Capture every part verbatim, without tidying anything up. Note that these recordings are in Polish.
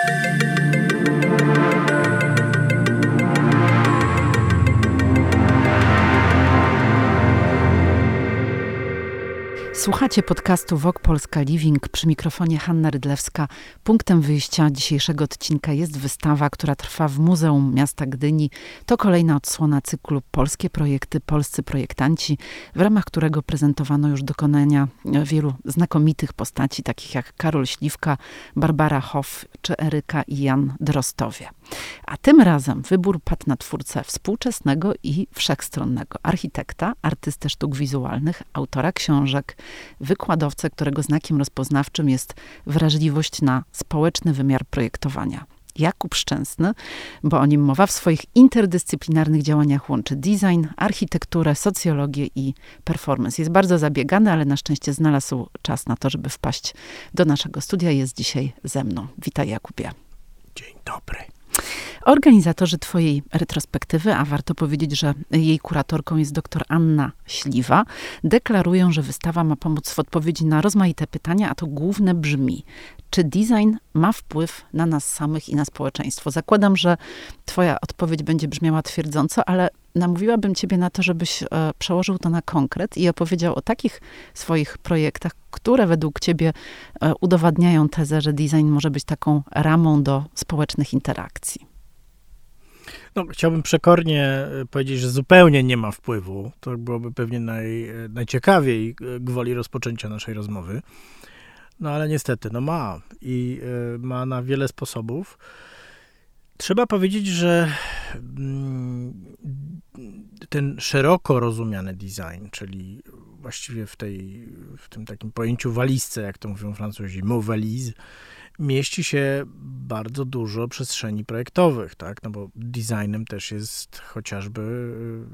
Słuchacie podcastu Vogue Polska Living, przy mikrofonie Hanna Rydlewska. Punktem wyjścia dzisiejszego odcinka jest wystawa, która trwa w Muzeum Miasta Gdyni. To kolejna odsłona cyklu Polskie Projekty, Polscy Projektanci, w ramach którego prezentowano już dokonania wielu znakomitych postaci, takich jak Karol Śliwka, Barbara Hoff czy Eryka i Jan Drozdowie. A tym razem wybór padł na twórcę współczesnego i wszechstronnego architekta, artystę sztuk wizualnych, autora książek, wykładowcę, którego znakiem rozpoznawczym jest wrażliwość na społeczny wymiar projektowania. Jakub Szczęsny, bo o nim mowa, w swoich interdyscyplinarnych działaniach łączy design, architekturę, socjologię i performance. Jest bardzo zabiegany, ale na szczęście znalazł czas na to, żeby wpaść do naszego studia. Jest dzisiaj ze mną. Witaj, Jakubie. Dzień dobry. Organizatorzy twojej retrospektywy, a warto powiedzieć, że jej kuratorką jest dr Anna Śliwa, deklarują, że wystawa ma pomóc w odpowiedzi na rozmaite pytania, a to główne brzmi: czy design ma wpływ na nas samych i na społeczeństwo? Zakładam, że twoja odpowiedź będzie brzmiała twierdząco, ale namówiłabym ciebie na to, żebyś e, przełożył to na konkret i opowiedział o takich swoich projektach, które według ciebie e, udowadniają tezę, że design może być taką ramą do społecznych interakcji. No, chciałbym przekornie powiedzieć, że zupełnie nie ma wpływu. To byłoby pewnie naj, najciekawiej gwoli rozpoczęcia naszej rozmowy. No ale niestety, no ma i y, ma na wiele sposobów. Trzeba powiedzieć, że mm, ten szeroko rozumiany design, czyli właściwie w tej, w tym takim pojęciu walizce, jak to mówią Francuzi, mot valise, mieści się bardzo dużo przestrzeni projektowych, tak? No bo designem też jest chociażby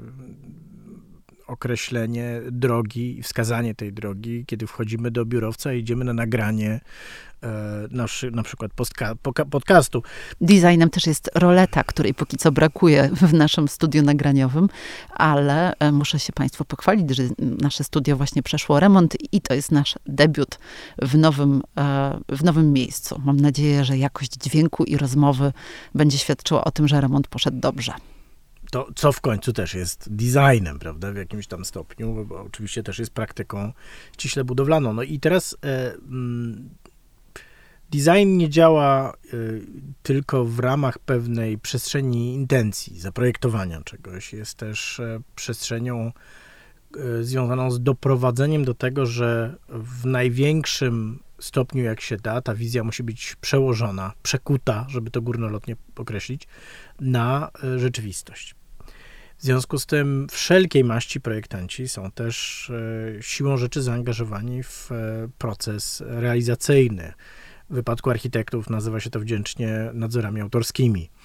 określenie drogi, wskazanie tej drogi, kiedy wchodzimy do biurowca i idziemy na nagranie e, na, na przykład postka, poka, podcastu. Designem też jest roleta, której póki co brakuje w naszym studiu nagraniowym, ale e, muszę się państwu pochwalić, że nasze studio właśnie przeszło remont i to jest nasz debiut w nowym, e, w nowym miejscu. Mam nadzieję, że jakość dźwięku i rozmowy będzie świadczyła o tym, że remont poszedł dobrze. To, co w końcu też jest designem, prawda, w jakimś tam stopniu, bo oczywiście też jest praktyką ściśle budowlaną. No i teraz e, m, design nie działa e, tylko w ramach pewnej przestrzeni intencji, zaprojektowania czegoś. Jest też e, przestrzenią e, związaną z doprowadzeniem do tego, że w największym stopniu, jak się da, ta wizja musi być przełożona, przekuta, żeby to górnolotnie określić, na e, rzeczywistość. W związku z tym wszelkiej maści projektanci są też e, siłą rzeczy zaangażowani w e, proces realizacyjny. W wypadku architektów nazywa się to wdzięcznie nadzorami autorskimi. E,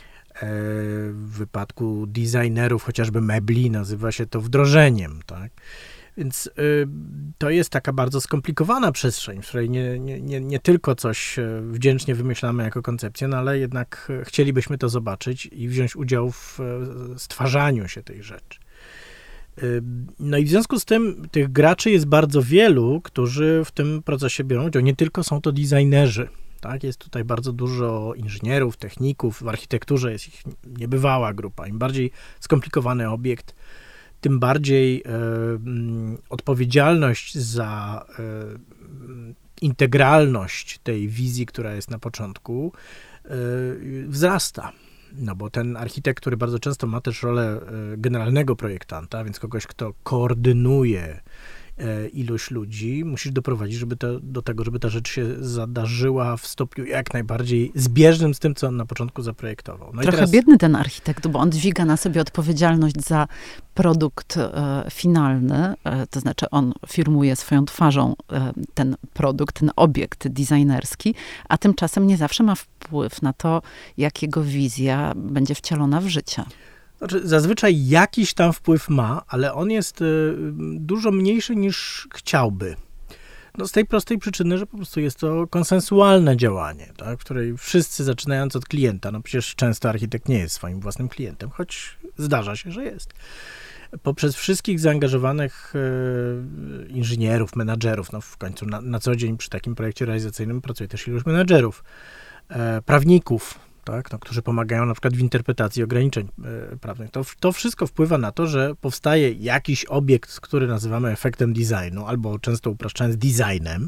w wypadku designerów, chociażby mebli, nazywa się to wdrożeniem, tak? Więc y, to jest taka bardzo skomplikowana przestrzeń, w której nie, nie, nie, nie tylko coś wdzięcznie wymyślamy jako koncepcję, no ale jednak chcielibyśmy to zobaczyć i wziąć udział w stwarzaniu się tej rzeczy. Y, no i w związku z tym tych graczy jest bardzo wielu, którzy w tym procesie biorą udział. Nie tylko są to designerzy. Tak? Jest tutaj bardzo dużo inżynierów, techników. W architekturze jest ich niebywała grupa. Im bardziej skomplikowany obiekt, tym bardziej e, odpowiedzialność za e, integralność tej wizji, która jest na początku, e, wzrasta. No bo ten architekt, który bardzo często ma też rolę e, generalnego projektanta, więc kogoś, kto koordynuje e, ilość ludzi, musisz doprowadzić żeby to, do tego, żeby ta rzecz się zadarzyła w stopniu jak najbardziej zbieżnym z tym, co on na początku zaprojektował. No Trochę i teraz... biedny ten architekt, bo on dźwiga na sobie odpowiedzialność za produkt e, finalny, e, to znaczy on firmuje swoją twarzą e, ten produkt, ten obiekt designerski, a tymczasem nie zawsze ma wpływ na to, jak jego wizja będzie wcielona w życie. Znaczy, zazwyczaj jakiś tam wpływ ma, ale on jest y, dużo mniejszy niż chciałby. No z tej prostej przyczyny, że po prostu jest to konsensualne działanie, tak, w której wszyscy, zaczynając od klienta, no przecież często architekt nie jest swoim własnym klientem, choć zdarza się, że jest. Poprzez wszystkich zaangażowanych e, inżynierów, menadżerów, no w końcu na, na co dzień przy takim projekcie realizacyjnym pracuje też iluś menadżerów, e, prawników, tak, no, którzy pomagają na przykład w interpretacji ograniczeń e, prawnych. To, to wszystko wpływa na to, że powstaje jakiś obiekt, który nazywamy efektem designu, albo często upraszczając designem,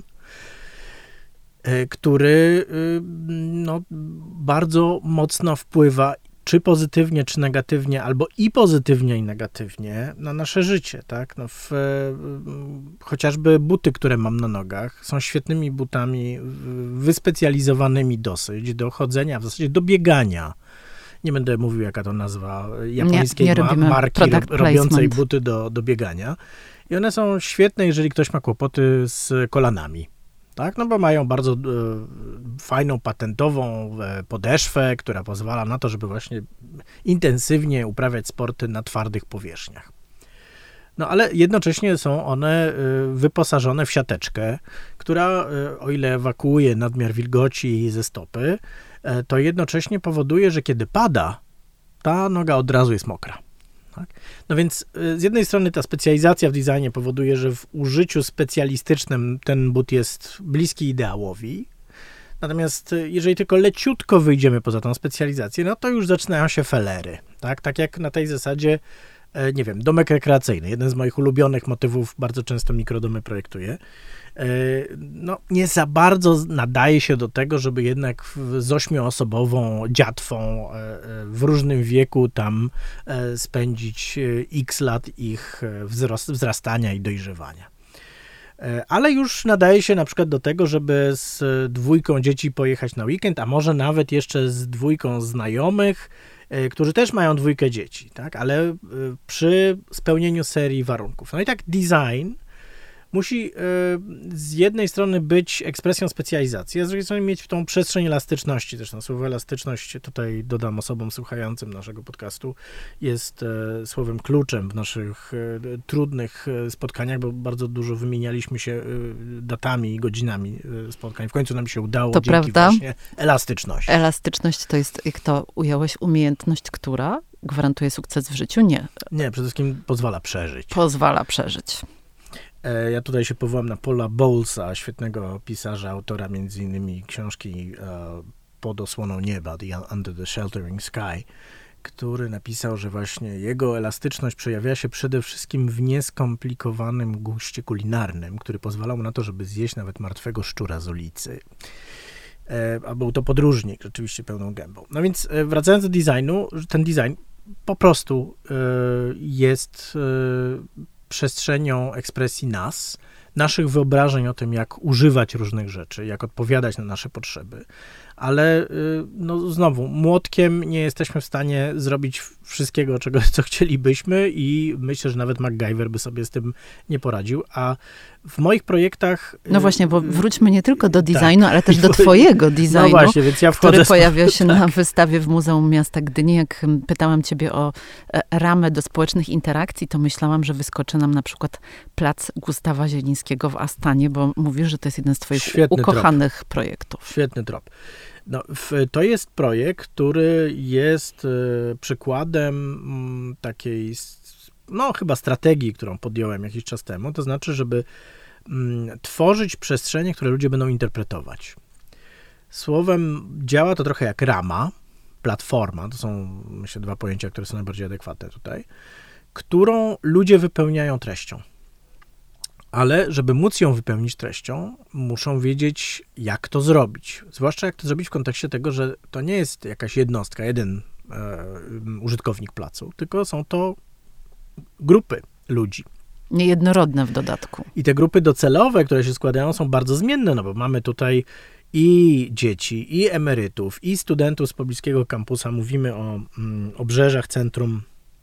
e, który e, no, bardzo mocno wpływa czy pozytywnie, czy negatywnie, albo i pozytywnie, i negatywnie na nasze życie, tak? No w, chociażby buty, które mam na nogach, są świetnymi butami, wyspecjalizowanymi dosyć do chodzenia, w zasadzie do biegania. Nie będę mówił, jaka to nazwa japońskiej nie, nie ma, marki rob, robiącej placement. buty do, do biegania. I one są świetne, jeżeli ktoś ma kłopoty z kolanami. Tak, no bo mają bardzo e, fajną, patentową e, podeszwę, która pozwala na to, żeby właśnie intensywnie uprawiać sporty na twardych powierzchniach. No ale jednocześnie są one e, wyposażone w siateczkę, która, e, o ile ewakuuje nadmiar wilgoci ze stopy, e, to jednocześnie powoduje, że kiedy pada, ta noga od razu jest mokra. Tak? No więc z jednej strony ta specjalizacja w designie powoduje, że w użyciu specjalistycznym ten but jest bliski ideałowi, natomiast jeżeli tylko leciutko wyjdziemy poza tą specjalizację, no to już zaczynają się felery, tak? Tak jak na tej zasadzie, nie wiem, domek rekreacyjny, jeden z moich ulubionych motywów, bardzo często mikrodomy projektuję, no nie za bardzo nadaje się do tego, żeby jednak z ośmioosobową dziatwą w różnym wieku tam spędzić x lat ich wzrost, wzrastania i dojrzewania. Ale już nadaje się na przykład do tego, żeby z dwójką dzieci pojechać na weekend, a może nawet jeszcze z dwójką znajomych, którzy też mają dwójkę dzieci, tak? Ale przy spełnieniu serii warunków. No i tak design musi z jednej strony być ekspresją specjalizacji, a z drugiej strony mieć tą przestrzeń elastyczności. Zresztą słowo elastyczność, tutaj dodam osobom słuchającym naszego podcastu, jest słowem kluczem w naszych trudnych spotkaniach, bo bardzo dużo wymienialiśmy się datami i godzinami spotkań. W końcu nam się udało to dzięki prawda. właśnie elastyczności. Elastyczność to jest, jak to ująłeś, umiejętność, która gwarantuje sukces w życiu? Nie. Nie, przede wszystkim pozwala przeżyć. Pozwala przeżyć. Ja tutaj się powołam na Paula Bowlesa, świetnego pisarza, autora między innymi książki Pod osłoną nieba, The Under the Sheltering Sky, który napisał, że właśnie jego elastyczność przejawia się przede wszystkim w nieskomplikowanym guście kulinarnym, który pozwalał mu na to, żeby zjeść nawet martwego szczura z ulicy. A był to podróżnik, rzeczywiście pełną gębą. No więc wracając do designu, ten design po prostu jest przestrzenią ekspresji nas, naszych wyobrażeń o tym, jak używać różnych rzeczy, jak odpowiadać na nasze potrzeby. Ale no znowu, młotkiem nie jesteśmy w stanie zrobić wszystkiego, czego, co chcielibyśmy i myślę, że nawet MacGyver by sobie z tym nie poradził, a w moich projektach... No właśnie, bo wróćmy nie tylko do designu, tak, ale też do twojego designu, no właśnie, więc ja wchodzę który pojawia się tak. na wystawie w Muzeum Miasta Gdyni. Jak pytałam ciebie o ramę do społecznych interakcji, to myślałam, że wyskoczy nam na przykład plac Gustawa Zielińskiego w Astanie, bo mówisz, że to jest jeden z twoich Świetny ukochanych trop. projektów. Świetny trop. No, w, to jest projekt, który jest y, przykładem m, takiej, no chyba strategii, którą podjąłem jakiś czas temu, to znaczy, żeby m, tworzyć przestrzenie, które ludzie będą interpretować. Słowem, działa to trochę jak rama, platforma, to są, myślę, dwa pojęcia, które są najbardziej adekwatne tutaj, którą ludzie wypełniają treścią. Ale żeby móc ją wypełnić treścią, muszą wiedzieć, jak to zrobić. Zwłaszcza jak to zrobić w kontekście tego, że to nie jest jakaś jednostka, jeden e, użytkownik placu, tylko są to grupy ludzi. Niejednorodne w dodatku. I te grupy docelowe, które się składają, są bardzo zmienne, no bo mamy tutaj i dzieci, i emerytów, i studentów z pobliskiego kampusa. Mówimy o mm, obrzeżach centrum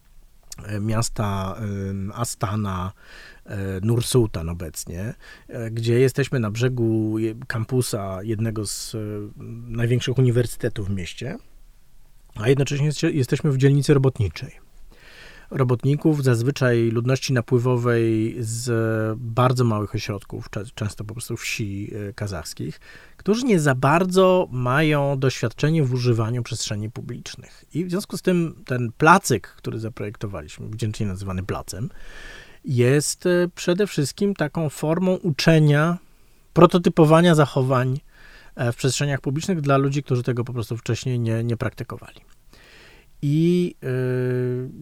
miasta y, Astana, Nur Sultan obecnie, gdzie jesteśmy na brzegu kampusa jednego z największych uniwersytetów w mieście, a jednocześnie jesteśmy w dzielnicy robotniczej. Robotników, zazwyczaj ludności napływowej z bardzo małych ośrodków, często po prostu wsi kazachskich, którzy nie za bardzo mają doświadczenie w używaniu przestrzeni publicznych. I w związku z tym ten placyk, który zaprojektowaliśmy, wdzięcznie nazywany placem, jest przede wszystkim taką formą uczenia, prototypowania zachowań w przestrzeniach publicznych dla ludzi, którzy tego po prostu wcześniej nie, nie praktykowali. I yy,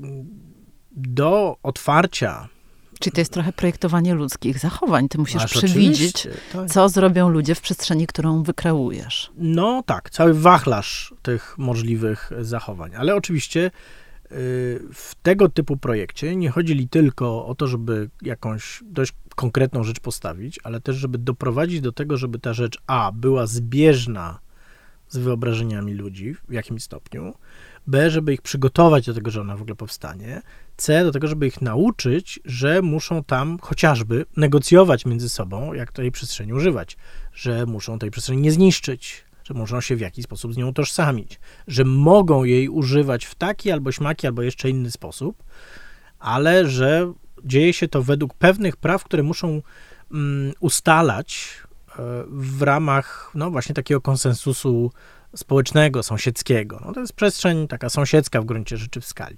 do otwarcia... Czyli to jest trochę projektowanie ludzkich zachowań. Ty musisz Aż przewidzieć, tak. co zrobią ludzie w przestrzeni, którą wykreujesz. No tak, cały wachlarz tych możliwych zachowań. Ale oczywiście yy, w tego typu projekcie nie chodzi li tylko o to, żeby jakąś dość konkretną rzecz postawić, ale też, żeby doprowadzić do tego, żeby ta rzecz A była zbieżna z wyobrażeniami ludzi w jakimś stopniu, B, żeby ich przygotować do tego, że ona w ogóle powstanie, C, do tego, żeby ich nauczyć, że muszą tam chociażby negocjować między sobą, jak tej przestrzeni używać, że muszą tej przestrzeni nie zniszczyć, że muszą się w jakiś sposób z nią utożsamić, że mogą jej używać w taki albo śmaki, albo jeszcze inny sposób, ale że dzieje się to według pewnych praw, które muszą um, ustalać w ramach, no właśnie takiego konsensusu społecznego, sąsiedzkiego. No to jest przestrzeń taka sąsiedzka w gruncie rzeczy w skali.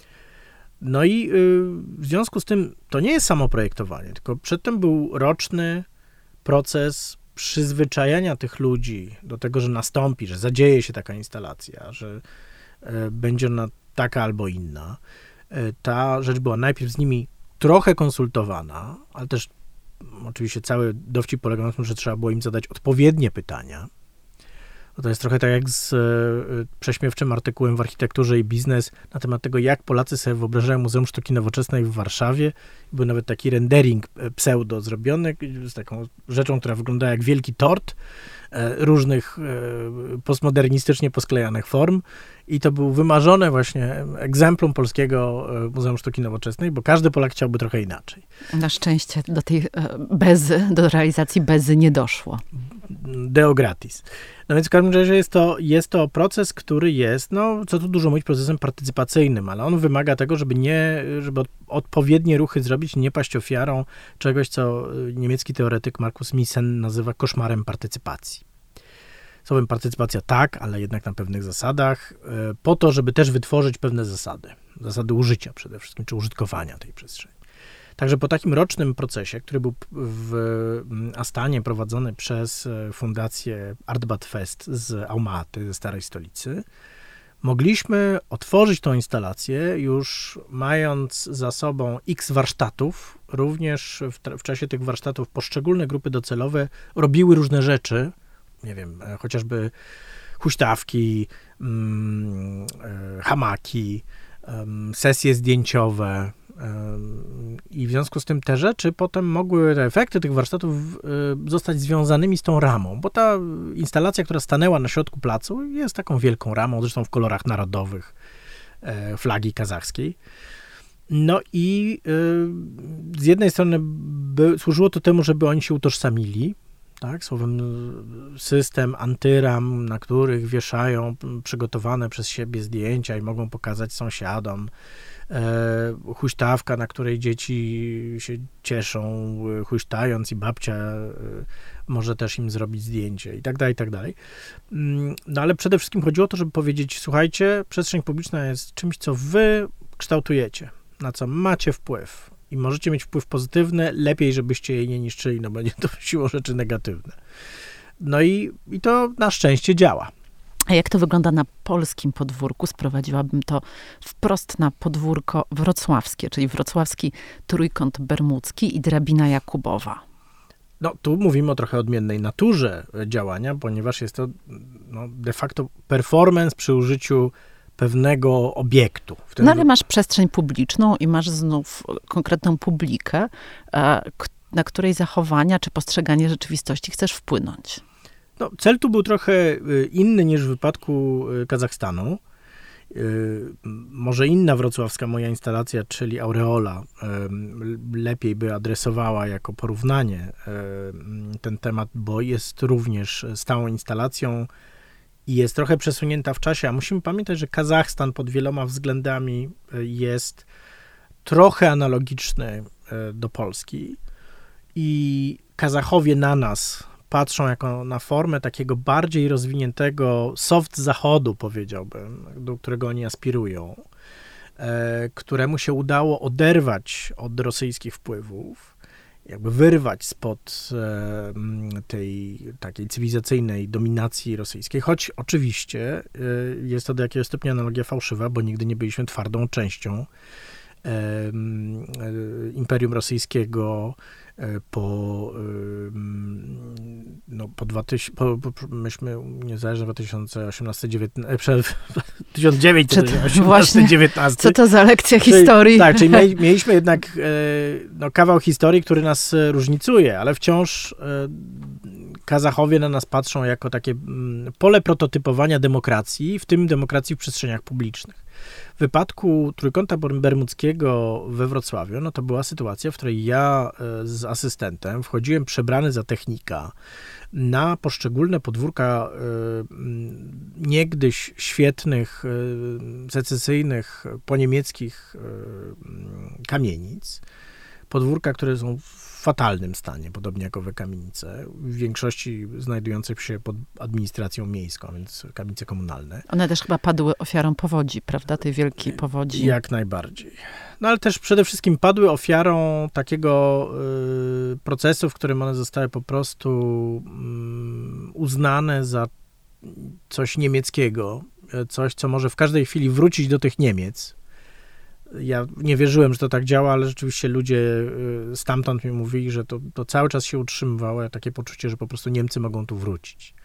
No i y, w związku z tym to nie jest samo projektowanie, tylko przedtem był roczny proces przyzwyczajania tych ludzi do tego, że nastąpi, że zadzieje się taka instalacja, że y, będzie ona taka albo inna. Y, ta rzecz była najpierw z nimi trochę konsultowana, ale też oczywiście cały dowcip polegał na tym, że trzeba było im zadać odpowiednie pytania. Bo to jest trochę tak jak z e, prześmiewczym artykułem w Architekturze i Biznes na temat tego, jak Polacy sobie wyobrażają Muzeum Sztuki Nowoczesnej w Warszawie. Był nawet taki rendering pseudo zrobiony z taką rzeczą, która wyglądała jak wielki tort e, różnych e, postmodernistycznie posklejanych form. I to był wymarzone właśnie egzemplum polskiego Muzeum Sztuki Nowoczesnej, bo każdy Polak chciałby trochę inaczej. Na szczęście do tej bezy, do realizacji bezy nie doszło. Deo gratis. No więc w każdym razie jest to, jest to proces, który jest, no co tu dużo mówić, procesem partycypacyjnym, ale on wymaga tego, żeby nie, żeby odpowiednie ruchy zrobić, nie paść ofiarą czegoś, co niemiecki teoretyk Markus Miesen nazywa koszmarem partycypacji. Słowem partycypacja tak, ale jednak na pewnych zasadach, po to, żeby też wytworzyć pewne zasady. Zasady użycia przede wszystkim, czy użytkowania tej przestrzeni. Także po takim rocznym procesie, który był w Astanie prowadzony przez fundację Artbat Fest z Almaty, ze Starej Stolicy, mogliśmy otworzyć tą instalację już mając za sobą x warsztatów. Również w, w czasie tych warsztatów poszczególne grupy docelowe robiły różne rzeczy, nie wiem, chociażby huśtawki, mm, hamaki, sesje zdjęciowe, i w związku z tym te rzeczy potem mogły, te efekty tych warsztatów zostać związanymi z tą ramą, bo ta instalacja, która stanęła na środku placu, jest taką wielką ramą, zresztą w kolorach narodowych flagi kazachskiej. No i z jednej strony by, służyło to temu, żeby oni się utożsamili, tak, słowem system antyram, na których wieszają przygotowane przez siebie zdjęcia i mogą pokazać sąsiadom, e, huśtawka, na której dzieci się cieszą huśtając i babcia e, może też im zrobić zdjęcie i tak dalej, i tak dalej. No ale przede wszystkim chodziło o to, żeby powiedzieć, słuchajcie, przestrzeń publiczna jest czymś, co wy kształtujecie, na co macie wpływ. I możecie mieć wpływ pozytywny, lepiej, żebyście jej nie niszczyli, no będzie to siłą rzeczy negatywne. No i, i to na szczęście działa. A jak to wygląda na polskim podwórku? Sprowadziłabym to wprost na podwórko wrocławskie, czyli wrocławski trójkąt bermudzki i drabina Jakubowa. No, tu mówimy o trochę odmiennej naturze działania, ponieważ jest to no, de facto performance przy użyciu pewnego obiektu. No ale masz przestrzeń publiczną i masz znów konkretną publikę, na której zachowania czy postrzeganie rzeczywistości chcesz wpłynąć. No, cel tu był trochę inny niż w wypadku Kazachstanu. Może inna wrocławska moja instalacja, czyli Aureola, lepiej by adresowała jako porównanie ten temat, bo jest również stałą instalacją i jest trochę przesunięta w czasie, a musimy pamiętać, że Kazachstan pod wieloma względami jest trochę analogiczny do Polski i Kazachowie na nas patrzą jako na formę takiego bardziej rozwiniętego soft zachodu, powiedziałbym, do którego oni aspirują, któremu się udało oderwać od rosyjskich wpływów jakby wyrwać spod tej takiej cywilizacyjnej dominacji rosyjskiej, choć oczywiście jest to do jakiegoś stopnia analogia fałszywa, bo nigdy nie byliśmy twardą częścią Imperium Rosyjskiego po, no, po, dwa tysiące, po, po myśmy niezależnie dwa tysiące osiemnasty dziewiętnaście, tysiąc dziewięćset osiemnasty dziewiętnaście. Co to za lekcja czyli, historii? Tak, czyli mieliśmy jednak no, kawał historii, który nas różnicuje, ale wciąż Kazachowie na nas patrzą jako takie pole prototypowania demokracji, w tym demokracji w przestrzeniach publicznych. W wypadku Trójkąta Bermudzkiego we Wrocławiu, no to była sytuacja, w której ja z asystentem wchodziłem przebrany za technika na poszczególne podwórka niegdyś świetnych, secesyjnych, poniemieckich kamienic. Podwórka, które są w fatalnym stanie, podobnie jak owe kamienice, w większości znajdujących się pod administracją miejską, więc kamienice komunalne. One też chyba padły ofiarą powodzi, prawda? Tej wielkiej powodzi. Jak najbardziej. No ale też przede wszystkim padły ofiarą takiego y, procesu, w którym one zostały po prostu y, uznane za coś niemieckiego, coś, co może w każdej chwili wrócić do tych Niemiec. Ja nie wierzyłem, że to tak działa, ale rzeczywiście ludzie stamtąd mi mówili, że to, to cały czas się utrzymywało, takie poczucie, że po prostu Niemcy mogą tu wrócić.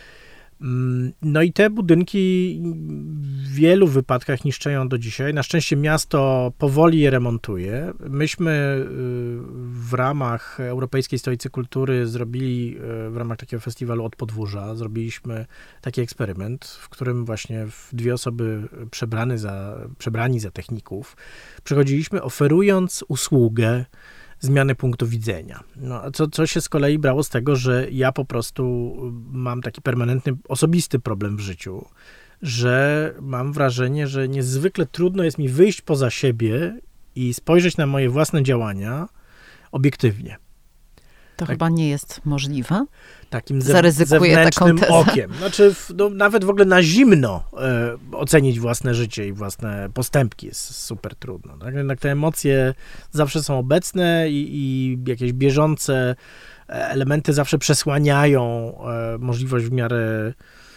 No i te budynki w wielu wypadkach niszczeją do dzisiaj. Na szczęście miasto powoli je remontuje. Myśmy w ramach Europejskiej Stolicy Kultury zrobili, w ramach takiego festiwalu Od Podwórza, zrobiliśmy taki eksperyment, w którym właśnie dwie osoby przebrane za, przebrani za techników przychodziliśmy, oferując usługę zmiany punktu widzenia. No, co, co się z kolei brało z tego, że ja po prostu mam taki permanentny, osobisty problem w życiu, że mam wrażenie, że niezwykle trudno jest mi wyjść poza siebie i spojrzeć na moje własne działania obiektywnie. To tak, chyba nie jest możliwe. Takim ze, Zaryzykuję zewnętrznym taką tezę. okiem. Znaczy, w, no, nawet w ogóle na zimno e, ocenić własne życie i własne postępki jest super trudno. Tak? Jednak te emocje zawsze są obecne i, i jakieś bieżące elementy zawsze przesłaniają e, możliwość w miarę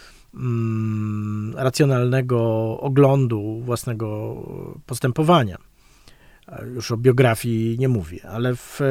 mm, racjonalnego oglądu własnego postępowania. Już o biografii nie mówię, ale w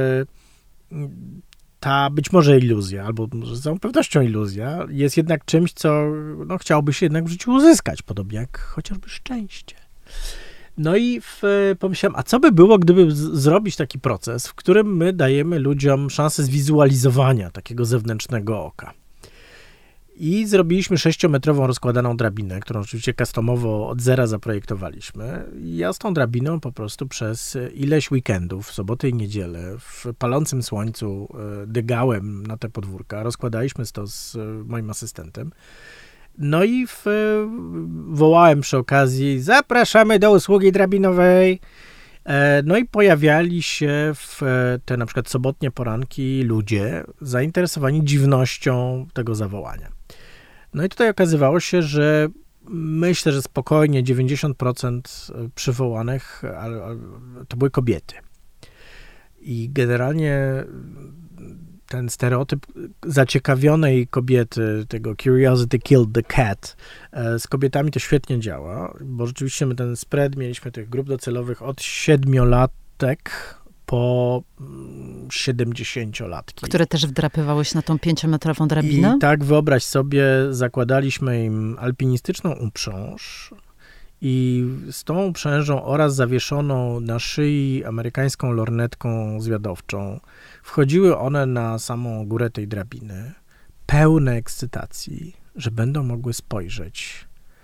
ta być może iluzja, albo może z całą pewnością iluzja, jest jednak czymś, co no, chciałoby się jednak w życiu uzyskać, podobnie jak chociażby szczęście. No i w, pomyślałem, a co by było, gdyby z, zrobić taki proces, w którym my dajemy ludziom szansę zwizualizowania takiego zewnętrznego oka. I zrobiliśmy sześciometrową rozkładaną drabinę, którą oczywiście customowo od zera zaprojektowaliśmy. I ja z tą drabiną po prostu przez ileś weekendów, w soboty i niedzielę, w palącym słońcu dygałem na te podwórka. Rozkładaliśmy to z moim asystentem. No i w, wołałem przy okazji, zapraszamy do usługi drabinowej. No i pojawiali się w te na przykład sobotnie poranki ludzie zainteresowani dziwnością tego zawołania. No i tutaj okazywało się, że myślę, że spokojnie dziewięćdziesiąt procent przywołanych to były kobiety. I generalnie ten stereotyp zaciekawionej kobiety, tego curiosity killed the cat, z kobietami to świetnie działa, bo rzeczywiście my ten spread mieliśmy tych grup docelowych od siedmiolatek po siedemdziesięciolatki. Które też wdrapywały się na tą pięciometrową drabinę? I tak wyobraź sobie, zakładaliśmy im alpinistyczną uprząż i z tą uprzężą oraz zawieszoną na szyi amerykańską lornetką zwiadowczą wchodziły one na samą górę tej drabiny, pełne ekscytacji, że będą mogły spojrzeć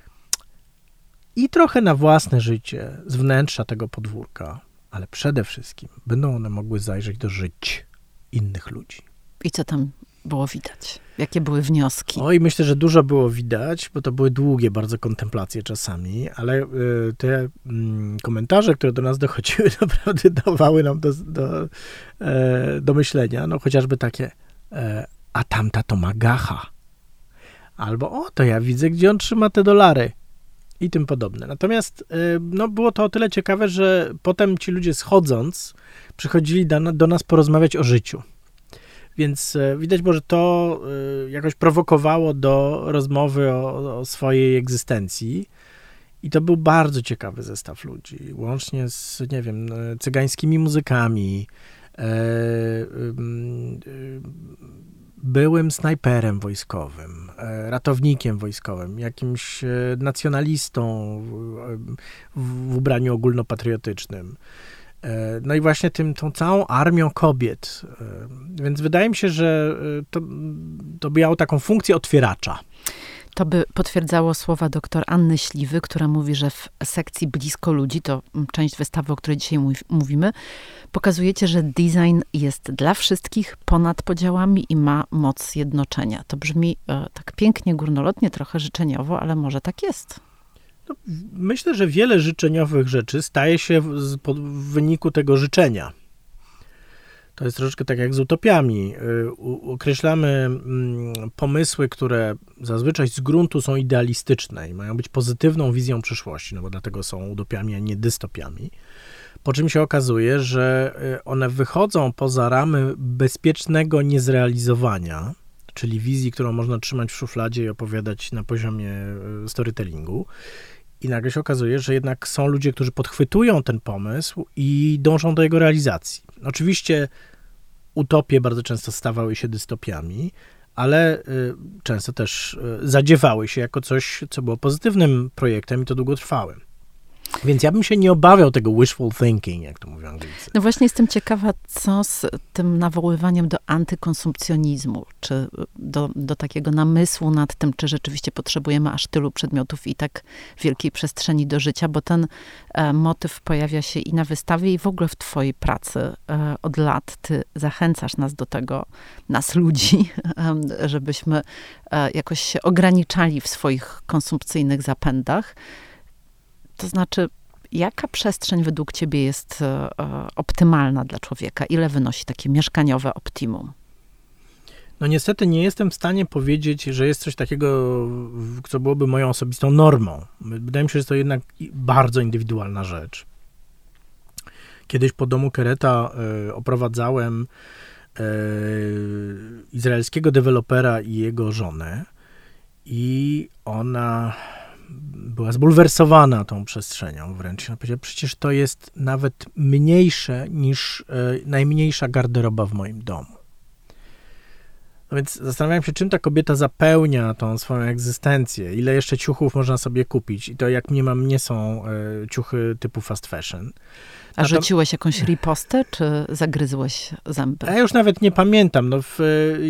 i trochę na własne życie z wnętrza tego podwórka, ale przede wszystkim będą one mogły zajrzeć do żyć innych ludzi. I co tam było widać? Jakie były wnioski? Oj, myślę, że dużo było widać, bo to były długie bardzo kontemplacje czasami, ale y, te y, komentarze, które do nas dochodziły, naprawdę dawały nam do, do, e, do myślenia. No chociażby takie, e, a tamta to ma gacha. Albo, o, to ja widzę, gdzie on trzyma te dolary. i tym podobne. Natomiast no, było to o tyle ciekawe, że potem ci ludzie schodząc przychodzili do, do nas porozmawiać o życiu. Więc widać było, że to jakoś prowokowało do rozmowy o, o swojej egzystencji. I to był bardzo ciekawy zestaw ludzi, łącznie z, nie wiem, cygańskimi muzykami, e, e, byłym snajperem wojskowym, e, ratownikiem wojskowym, jakimś nacjonalistą w, w ubraniu ogólnopatriotycznym. E, no i właśnie tym, tą całą armią kobiet. E, więc wydaje mi się, że to, to miało taką funkcję otwieracza. To by potwierdzało słowa doktor Anny Śliwy, która mówi, że w sekcji Blisko ludzi, to część wystawy, o której dzisiaj mówimy, pokazujecie, że design jest dla wszystkich, ponad podziałami i ma moc jednoczenia. To brzmi e, tak pięknie, górnolotnie, trochę życzeniowo, ale może tak jest. No, myślę, że wiele życzeniowych rzeczy staje się w, z, po, w wyniku tego życzenia. To jest troszeczkę tak jak z utopiami. U, określamy mm, pomysły, które zazwyczaj z gruntu są idealistyczne i mają być pozytywną wizją przyszłości, no bo dlatego są utopiami, a nie dystopiami. Po czym się okazuje, że one wychodzą poza ramy bezpiecznego niezrealizowania, czyli wizji, którą można trzymać w szufladzie i opowiadać na poziomie storytellingu. I nagle się okazuje, że jednak są ludzie, którzy podchwytują ten pomysł i dążą do jego realizacji. Oczywiście utopie bardzo często stawały się dystopiami, ale y, często też y, zadziewały się jako coś, co było pozytywnym projektem i to długotrwałym. Więc ja bym się nie obawiał tego wishful thinking, jak to mówią Anglicy. No właśnie jestem ciekawa, co z tym nawoływaniem do antykonsumpcjonizmu, czy do, do takiego namysłu nad tym, czy rzeczywiście potrzebujemy aż tylu przedmiotów i tak wielkiej przestrzeni do życia, bo ten e, motyw pojawia się i na wystawie, i w ogóle w twojej pracy e, od lat. Ty zachęcasz nas do tego, nas ludzi, e, żebyśmy e, jakoś się ograniczali w swoich konsumpcyjnych zapędach. To znaczy, jaka przestrzeń według ciebie jest e, optymalna dla człowieka? Ile wynosi takie mieszkaniowe optimum? No niestety nie jestem w stanie powiedzieć, że jest coś takiego, co byłoby moją osobistą normą. Wydaje mi się, że jest to jednak bardzo indywidualna rzecz. Kiedyś po domu Kereta e, oprowadzałem e, izraelskiego dewelopera i jego żonę i ona była zbulwersowana tą przestrzenią wręcz. Ona powiedziała, przecież to jest nawet mniejsze niż e, najmniejsza garderoba w moim domu. No więc zastanawiałem się, czym ta kobieta zapełnia tą swoją egzystencję, ile jeszcze ciuchów można sobie kupić. I to jak mniemam, nie są e, ciuchy typu fast fashion. A no rzuciłeś to... jakąś ripostę, czy zagryzłeś zęby? Ja już nawet nie pamiętam. No w,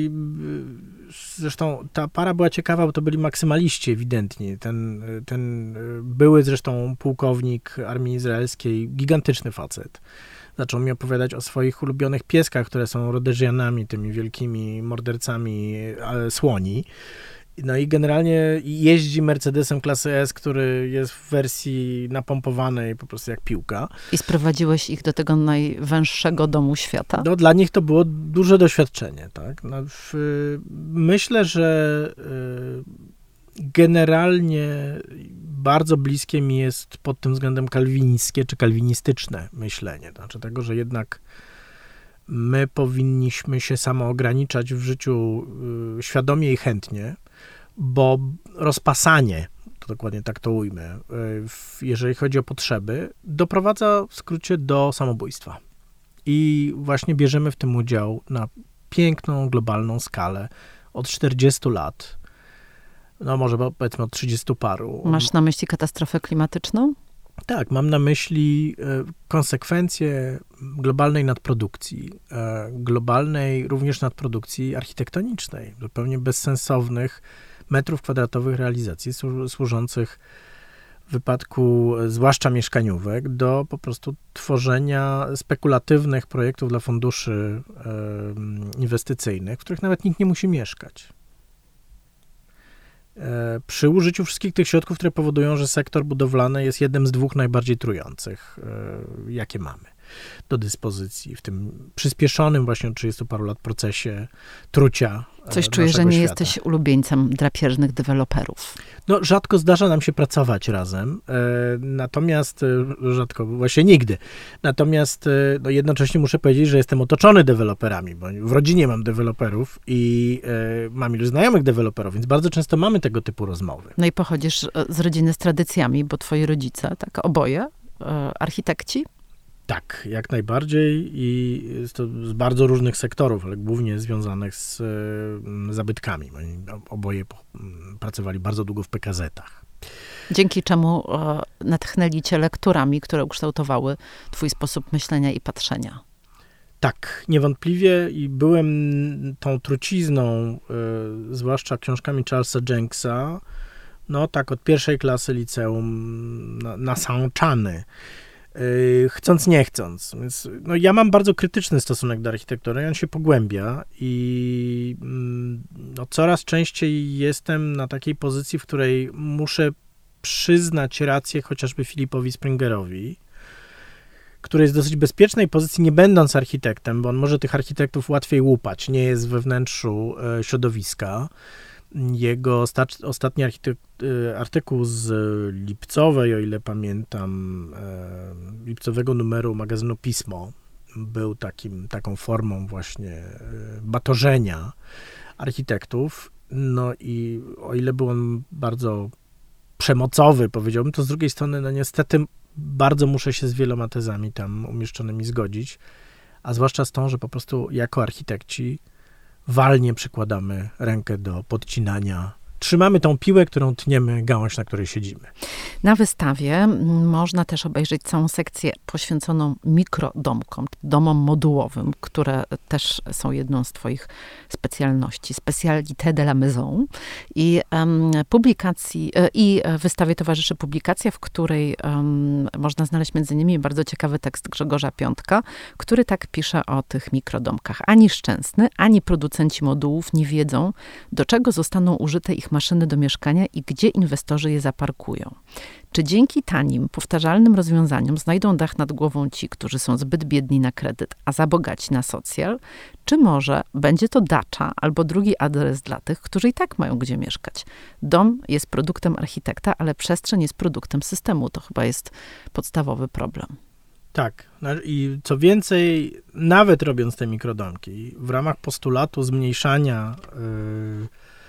zresztą ta para była ciekawa, bo to byli maksymaliści ewidentnie. Ten, ten były zresztą pułkownik armii izraelskiej, gigantyczny facet. Zaczął mi opowiadać o swoich ulubionych pieskach, które są rodeżianami, tymi wielkimi mordercami słoni. No i generalnie jeździ Mercedesem klasy S, który jest w wersji napompowanej po prostu jak piłka. I sprowadziłeś ich do tego najwęższego domu świata? No, dla nich to było duże doświadczenie, tak. No, w, myślę, że y, generalnie bardzo bliskie mi jest pod tym względem kalwińskie czy kalwinistyczne myślenie. Znaczy tego, że jednak my powinniśmy się samoograniczać w życiu y, świadomie i chętnie, bo rozpasanie, to dokładnie tak to ujmę, y, jeżeli chodzi o potrzeby, doprowadza w skrócie do samobójstwa. I właśnie bierzemy w tym udział na piękną, globalną skalę od czterdziestu lat. No może powiedzmy od trzydziestu paru. Masz na myśli katastrofę klimatyczną? Tak, mam na myśli konsekwencje globalnej nadprodukcji, globalnej również nadprodukcji architektonicznej, zupełnie bezsensownych metrów kwadratowych realizacji służących w wypadku zwłaszcza mieszkaniówek do po prostu tworzenia spekulatywnych projektów dla funduszy inwestycyjnych, w których nawet nikt nie musi mieszkać. Przy użyciu wszystkich tych środków, które powodują, że sektor budowlany jest jednym z dwóch najbardziej trujących, jakie mamy. do dyspozycji w tym przyspieszonym właśnie od trzydziestu paru lat procesie trucia. Coś czuję, że nie świata. jesteś ulubieńcem drapieżnych deweloperów. No, rzadko zdarza nam się pracować razem, e, natomiast, e, rzadko, właśnie nigdy. Natomiast e, no, jednocześnie muszę powiedzieć, że jestem otoczony deweloperami, bo w rodzinie mam deweloperów i e, mam ilu znajomych deweloperów, więc bardzo często mamy tego typu rozmowy. No i pochodzisz z rodziny z tradycjami, bo twoi rodzice, tak, oboje, e, architekci? Tak, jak najbardziej i jest to z bardzo różnych sektorów, ale głównie związanych z e, zabytkami. Oni oboje po, m, pracowali bardzo długo w P K Z-ach. Dzięki czemu e, natchnęli cię lekturami, które ukształtowały twój sposób myślenia i patrzenia. Tak, niewątpliwie i byłem tą trucizną, y, zwłaszcza książkami Charlesa Jenksa, no tak od pierwszej klasy liceum na, nasączany, y, chcąc nie chcąc. Więc, no, ja mam bardzo krytyczny stosunek do architektury i on się pogłębia i y, no, coraz częściej jestem na takiej pozycji, w której muszę przyznać rację chociażby Philipowi Springerowi, który jest w dosyć bezpiecznej pozycji, nie będąc architektem, bo on może tych architektów łatwiej łupać, nie jest we wnętrzu e, środowiska. Jego osta- ostatni architek- e, artykuł z lipcowej, o ile pamiętam, e, lipcowego numeru magazynu Pismo, był takim, taką formą właśnie e, batorzenia architektów. No i o ile był on bardzo przemocowy, powiedziałbym, to z drugiej strony, no niestety, bardzo muszę się z wieloma tezami tam umieszczonymi zgodzić, a zwłaszcza z tą, że po prostu jako architekci walnie przykładamy rękę do podcinania. Trzymamy tą piłę, którą tniemy, gałąź, na której siedzimy. Na wystawie można też obejrzeć całą sekcję poświęconą mikrodomkom, domom modułowym, które też są jedną z twoich specjalności, spécialité de la maison. I um, publikacji, i wystawie towarzyszy publikacja, w której um, można znaleźć między innymi bardzo ciekawy tekst Grzegorza Piątka, który tak pisze o tych mikrodomkach. Ani Szczęsny, ani producenci modułów nie wiedzą, do czego zostaną użyte ich maszyny do mieszkania i gdzie inwestorzy je zaparkują. Czy dzięki tanim, powtarzalnym rozwiązaniom znajdą dach nad głową ci, którzy są zbyt biedni na kredyt, a zabogaci na socjal? Czy może będzie to dacza albo drugi adres dla tych, którzy i tak mają gdzie mieszkać? Dom jest produktem architekta, ale przestrzeń jest produktem systemu. To chyba jest podstawowy problem. Tak. I co więcej, nawet robiąc te mikrodomki, w ramach postulatu zmniejszania yy,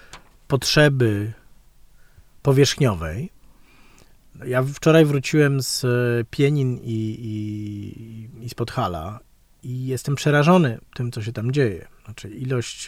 potrzeby powierzchniowej. Ja wczoraj wróciłem z Pienin i, i, i z Podhala i jestem przerażony tym, co się tam dzieje. Znaczy ilość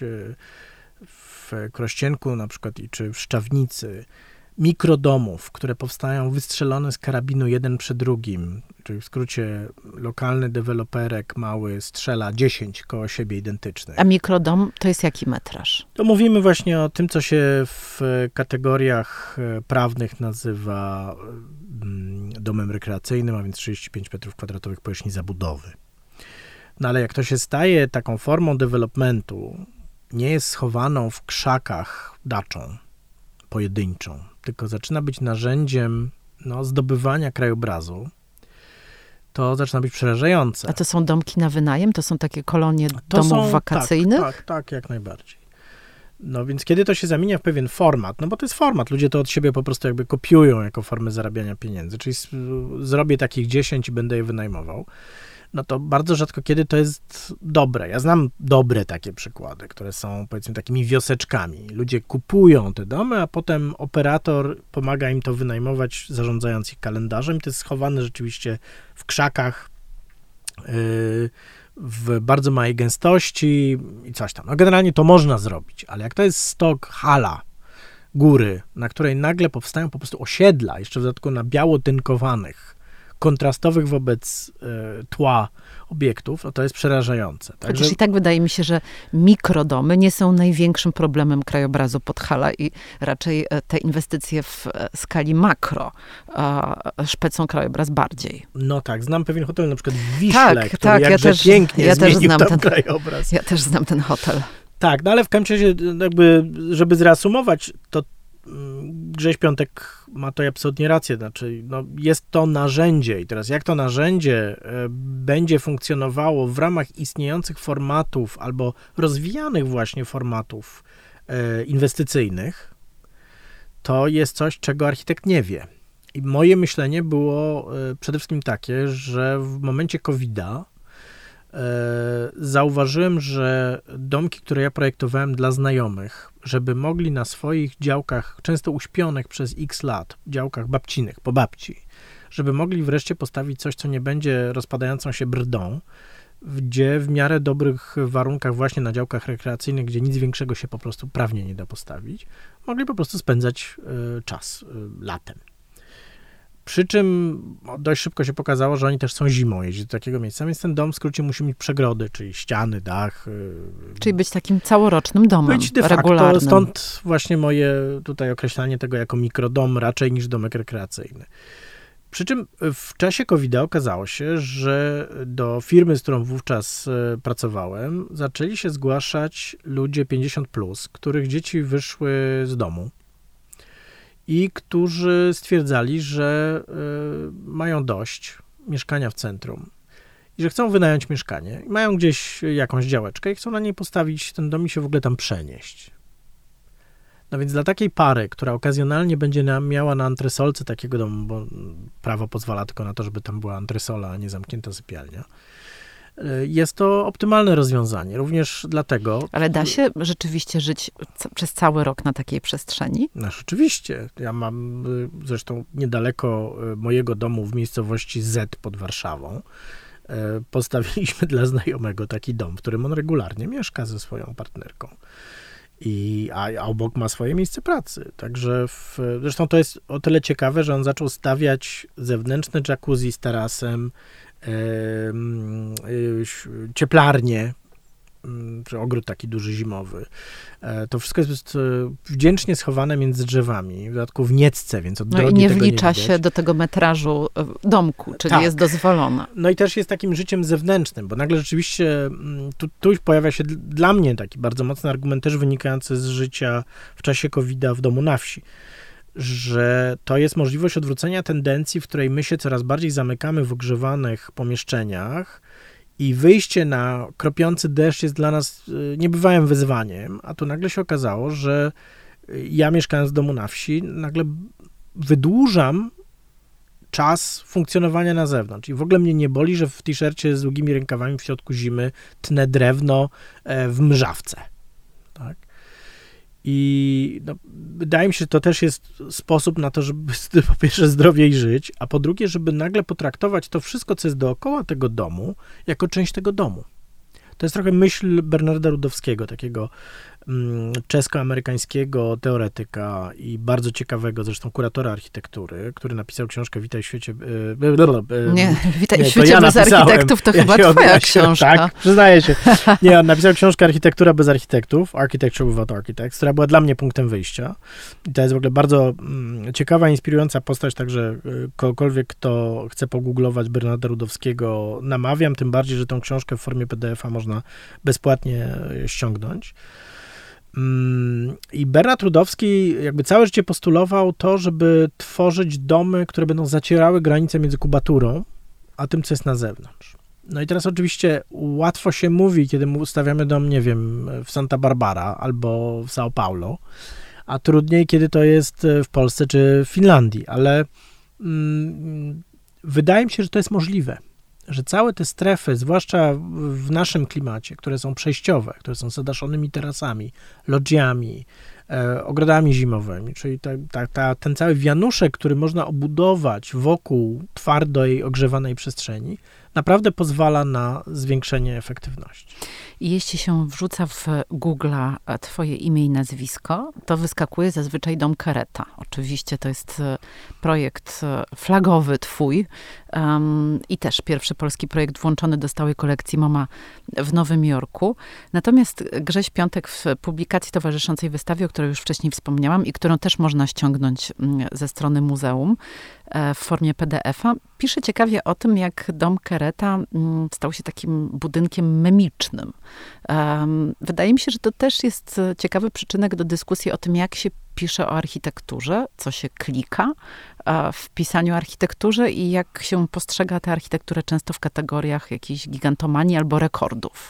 w Krościenku na przykład, czy w Szczawnicy, mikrodomów, które powstają wystrzelone z karabinu jeden przy drugim, czyli w skrócie lokalny deweloperek mały strzela dziesięć koło siebie identycznych. A mikrodom to jest jaki metraż? To mówimy właśnie o tym, co się w kategoriach prawnych nazywa domem rekreacyjnym, a więc trzydzieści pięć metrów kwadratowych powierzchni zabudowy. No ale jak to się staje taką formą developmentu, nie jest schowaną w krzakach daczą pojedynczą, tylko zaczyna być narzędziem no, zdobywania krajobrazu, to zaczyna być przerażające. A to są domki na wynajem? To są takie kolonie to domów są, wakacyjnych? Tak, tak, tak, jak najbardziej. No więc kiedy to się zamienia w pewien format, no bo to jest format, ludzie to od siebie po prostu jakby kopiują jako formę zarabiania pieniędzy, czyli zrobię takich dziesięć i będę je wynajmował, no to bardzo rzadko kiedy to jest dobre. Ja znam dobre takie przykłady, które są powiedzmy takimi wioseczkami. Ludzie kupują te domy, a potem operator pomaga im to wynajmować, zarządzając ich kalendarzem. To jest schowane rzeczywiście w krzakach, yy, w bardzo małej gęstości i coś tam. No generalnie to można zrobić, ale jak to jest stok, hala, góry, na której nagle powstają po prostu osiedla, jeszcze w dodatku na biało tynkowanych, kontrastowych wobec y, tła obiektów, no to jest przerażające. Także... Chociaż i tak wydaje mi się, że mikrodomy nie są największym problemem krajobrazu Podhala i raczej te inwestycje w skali makro a, szpecą krajobraz bardziej. No tak, znam pewien hotel na przykład w Wiśle, tak, który tak, jakże ja też, pięknie ja zmienił też znam tam ten krajobraz. Ja też znam ten hotel. Tak, no ale w każdym razie jakby, żeby zreasumować, to Grześ Piątek ma to absolutnie rację, znaczy no, jest to narzędzie i teraz jak to narzędzie będzie funkcjonowało w ramach istniejących formatów albo rozwijanych właśnie formatów inwestycyjnych, to jest coś, czego architekt nie wie. I moje myślenie było przede wszystkim takie, że w momencie kowida zauważyłem, że domki, które ja projektowałem dla znajomych, żeby mogli na swoich działkach, często uśpionych przez x lat, działkach babcinych, po babci, żeby mogli wreszcie postawić coś, co nie będzie rozpadającą się brdą, gdzie w miarę dobrych warunkach właśnie na działkach rekreacyjnych, gdzie nic większego się po prostu prawnie nie da postawić, mogli po prostu spędzać y, czas y, latem. Przy czym dość szybko się pokazało, że oni też są zimą jeździć do takiego miejsca, więc ten dom w skrócie musi mieć przegrody, czyli ściany, dach. Czyli być takim całorocznym domem, być de facto, regularnym. Stąd właśnie moje tutaj określanie tego jako mikrodom raczej niż domek rekreacyjny. Przy czym w czasie kowida okazało się, że do firmy, z którą wówczas pracowałem, zaczęli się zgłaszać ludzie pięćdziesiąt plus, których dzieci wyszły z domu i którzy stwierdzali, że y, mają dość mieszkania w centrum i że chcą wynająć mieszkanie. I mają gdzieś jakąś działeczkę i chcą na niej postawić ten dom i się w ogóle tam przenieść. No więc dla takiej pary, która okazjonalnie będzie na, miała na antresolce takiego domu, bo prawo pozwala tylko na to, żeby tam była antresola, a nie zamknięta sypialnia, jest to optymalne rozwiązanie. Również dlatego... Ale da się rzeczywiście żyć c- przez cały rok na takiej przestrzeni? No rzeczywiście. Ja mam zresztą niedaleko mojego domu w miejscowości Z pod Warszawą. Postawiliśmy dla znajomego taki dom, w którym on regularnie mieszka ze swoją partnerką. I, a, a obok ma swoje miejsce pracy. Także w, zresztą to jest o tyle ciekawe, że on zaczął stawiać zewnętrzne jacuzzi z tarasem, e, e, cieplarnię, czy ogród taki duży zimowy. E, to wszystko jest wdzięcznie schowane między drzewami, w dodatku w niecce, więc od drogi No i nie tego wlicza nie się do tego metrażu domku, czyli tak. jest dozwolona. No i też jest takim życiem zewnętrznym, bo nagle rzeczywiście tu, tu pojawia się dla mnie taki bardzo mocny argument też wynikający z życia w czasie kowida w domu na wsi, że to jest możliwość odwrócenia tendencji, w której my się coraz bardziej zamykamy w ogrzewanych pomieszczeniach i wyjście na kropiący deszcz jest dla nas niebywałym wyzwaniem, a tu nagle się okazało, że ja mieszkając w domu na wsi, nagle wydłużam czas funkcjonowania na zewnątrz. I w ogóle mnie nie boli, że w t-shircie z długimi rękawami w środku zimy tnę drewno w mrzawce. Tak? I no, wydaje mi się, że to też jest sposób na to, żeby po pierwsze zdrowiej żyć, a po drugie, żeby nagle potraktować to wszystko, co jest dookoła tego domu, jako część tego domu. To jest trochę myśl Bernarda Rudowskiego, takiego mm, czesko-amerykańskiego teoretyka i bardzo ciekawego zresztą kuratora architektury, który napisał książkę Witaj w świecie... Yy, nie, Witaj nie, w świecie ja bez architektów, to ja chyba się, twoja ja książka. Tak, przyznaję się. Nie, on napisał książkę Architektura bez architektów, Architecture Without Architects, która była dla mnie punktem wyjścia. I to jest w ogóle bardzo mm, ciekawa, inspirująca postać, także y, kogokolwiek, kto chce pogooglować Bernarda Rudowskiego, namawiam, tym bardziej, że tą książkę w formie P D F a można bezpłatnie ściągnąć. I Bernard Rudowski jakby całe życie postulował to, żeby tworzyć domy, które będą zacierały granice między kubaturą, a tym, co jest na zewnątrz. No i teraz oczywiście łatwo się mówi, kiedy ustawiamy dom, nie wiem, w Santa Barbara albo w São Paulo, a trudniej, kiedy to jest w Polsce czy w Finlandii, ale mm, wydaje mi się, że to jest możliwe. Że całe te strefy, zwłaszcza w naszym klimacie, które są przejściowe, które są zadaszonymi terasami, lodżiami, e, ogrodami zimowymi, czyli ta, ta, ta, ten cały wianuszek, który można obudować wokół twardej, ogrzewanej przestrzeni, naprawdę pozwala na zwiększenie efektywności. I jeśli się wrzuca w Google'a twoje imię i nazwisko, to wyskakuje zazwyczaj Dom Kereta. Oczywiście to jest projekt flagowy twój um, i też pierwszy polski projekt włączony do stałej kolekcji MoMA w Nowym Jorku. Natomiast Grześ Piątek w publikacji towarzyszącej wystawie, o której już wcześniej wspomniałam i którą też można ściągnąć ze strony muzeum w formie P D F a, pisze ciekawie o tym, jak Dom Kereta stał się takim budynkiem memicznym. Um, wydaje mi się, że to też jest ciekawy przyczynek do dyskusji o tym, jak się pisze o architekturze, co się klika w pisaniu o architekturze i jak się postrzega tę architekturę często w kategoriach jakiejś gigantomanii albo rekordów.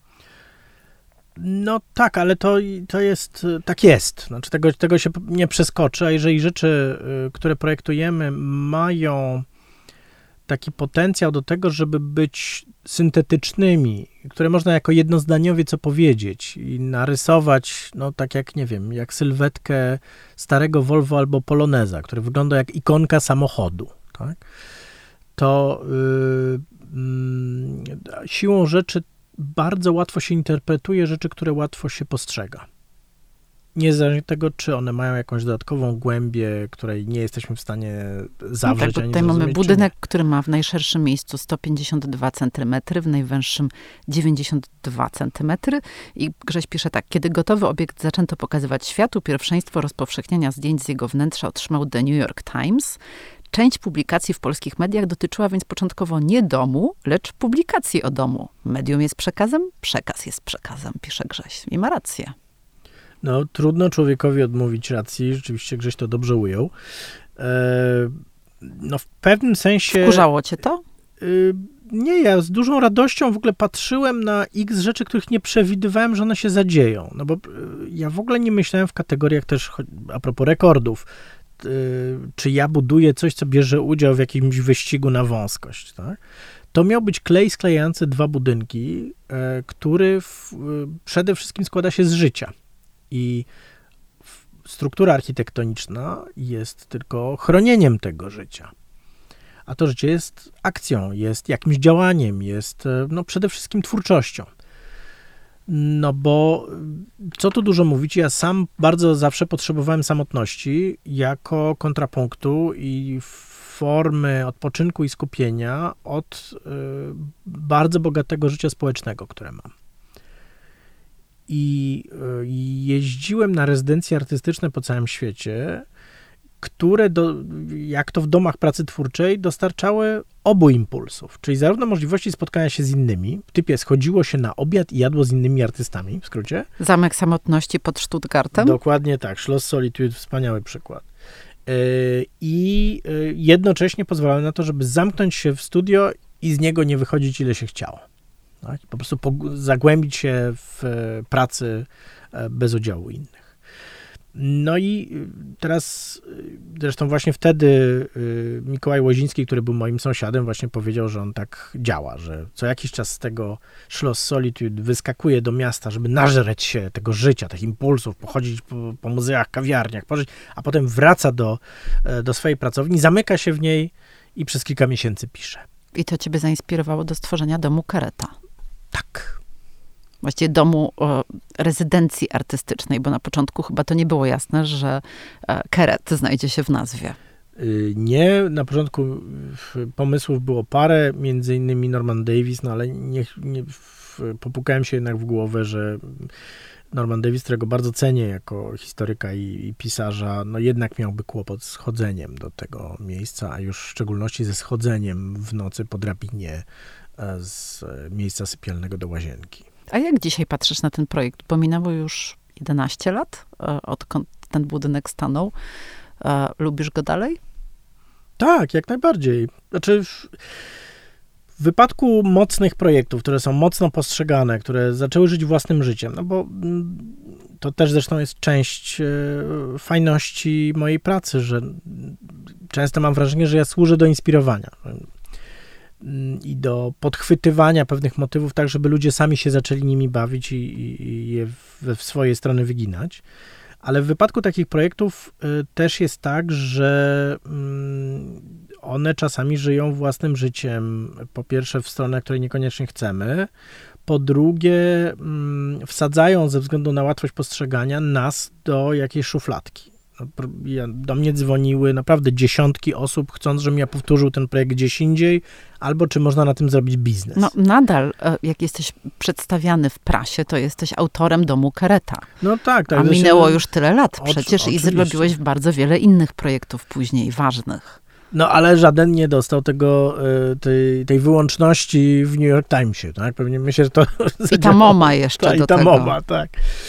No tak, ale to, to jest, tak jest. Znaczy tego, tego się nie przeskoczy, a jeżeli rzeczy, które projektujemy, mają taki potencjał do tego, żeby być syntetycznymi, które można jako jednozdaniowiec opowiedzieć i narysować, no tak jak, nie wiem, jak sylwetkę starego Volvo albo Poloneza, który wygląda jak ikonka samochodu, tak? To yy, yy, siłą rzeczy bardzo łatwo się interpretuje rzeczy, które łatwo się postrzega. Niezależnie od tego, czy one mają jakąś dodatkową głębię, której nie jesteśmy w stanie zawrzeć. No tak, bo tutaj mamy budynek, który ma w najszerszym miejscu sto pięćdziesiąt dwa centymetry, w najwęższym dziewięćdziesiąt dwa centymetry. I Grześ pisze tak: kiedy gotowy obiekt zaczęto pokazywać światu, pierwszeństwo rozpowszechniania zdjęć z jego wnętrza otrzymał The New York Times. Część publikacji w polskich mediach dotyczyła więc początkowo nie domu, lecz publikacji o domu. Medium jest przekazem, przekaz jest przekazem, pisze Grześ. I ma rację. No, trudno człowiekowi odmówić racji. Rzeczywiście Grześ to dobrze ujął. E, no, w pewnym sensie... Wkurzało cię to? Y, nie, ja z dużą radością w ogóle patrzyłem na x rzeczy, których nie przewidywałem, że one się zadzieją. No bo y, ja w ogóle nie myślałem w kategoriach też, a propos rekordów, y, czy ja buduję coś, co bierze udział w jakimś wyścigu na wąskość, tak? To miał być klej sklejający dwa budynki, y, który w, y, przede wszystkim składa się z życia. I struktura architektoniczna jest tylko chronieniem tego życia. A to życie jest akcją, jest jakimś działaniem, jest no, przede wszystkim twórczością. No bo co tu dużo mówić, ja sam bardzo zawsze potrzebowałem samotności jako kontrapunktu i formy odpoczynku i skupienia od y, bardzo bogatego życia społecznego, które mam. I jeździłem na rezydencje artystyczne po całym świecie, które, do, jak to w domach pracy twórczej, dostarczały obu impulsów, czyli zarówno możliwości spotkania się z innymi, w typie schodziło się na obiad i jadło z innymi artystami, w skrócie. Zamek Samotności pod Stuttgartem. Dokładnie tak, Schloss Solitude, wspaniały przykład. I jednocześnie pozwalały na to, żeby zamknąć się w studio i z niego nie wychodzić, ile się chciało. Tak? Po prostu zagłębić się w pracy bez udziału innych. No i teraz, zresztą właśnie wtedy Mikołaj Łoziński, który był moim sąsiadem, właśnie powiedział, że on tak działa, że co jakiś czas z tego Schloss Solitude wyskakuje do miasta, żeby nażreć się tego życia, tych impulsów, pochodzić po, po muzeach, kawiarniach, pożyć, a potem wraca do, do swojej pracowni, zamyka się w niej i przez kilka miesięcy pisze. I to ciebie zainspirowało do stworzenia domu Kereta. Tak. Właściwie domu o, rezydencji artystycznej, bo na początku chyba to nie było jasne, że e, Keret znajdzie się w nazwie. Nie, na początku pomysłów było parę, między innymi Norman Davis, no ale nie, nie, popukałem się jednak w głowę, że Norman Davis, którego bardzo cenię jako historyka i, i pisarza, no jednak miałby kłopot z chodzeniem do tego miejsca, a już w szczególności ze schodzeniem w nocy po drabinie z miejsca sypialnego do łazienki. A jak dzisiaj patrzysz na ten projekt? Bo minęło już jedenaście lat, odkąd ten budynek stanął. Lubisz go dalej? Tak, jak najbardziej. Znaczy, w, w wypadku mocnych projektów, które są mocno postrzegane, które zaczęły żyć własnym życiem, no bo to też zresztą jest część fajności mojej pracy, że często mam wrażenie, że ja służę do inspirowania i do podchwytywania pewnych motywów, tak żeby ludzie sami się zaczęli nimi bawić i, i, i je w, w swoje strony wyginać. Ale w wypadku takich projektów y, też jest tak, że y, one czasami żyją własnym życiem. Po pierwsze w stronę, której niekoniecznie chcemy. Po drugie y, wsadzają ze względu na łatwość postrzegania nas do jakiejś szufladki. Do mnie dzwoniły naprawdę dziesiątki osób, chcąc, żebym ja powtórzył ten projekt gdzieś indziej, albo czy można na tym zrobić biznes. No nadal, jak jesteś przedstawiany w prasie, to jesteś autorem domu Kereta. No tak. tak A minęło się... już tyle lat przecież o, i zrobiłeś w bardzo wiele innych projektów później, ważnych. No ale żaden nie dostał tego, tej, tej wyłączności w New York Timesie, tak? Pewnie myślę, że to... I ta MoMA jeszcze ta, do i ta tego. MoMA, tak.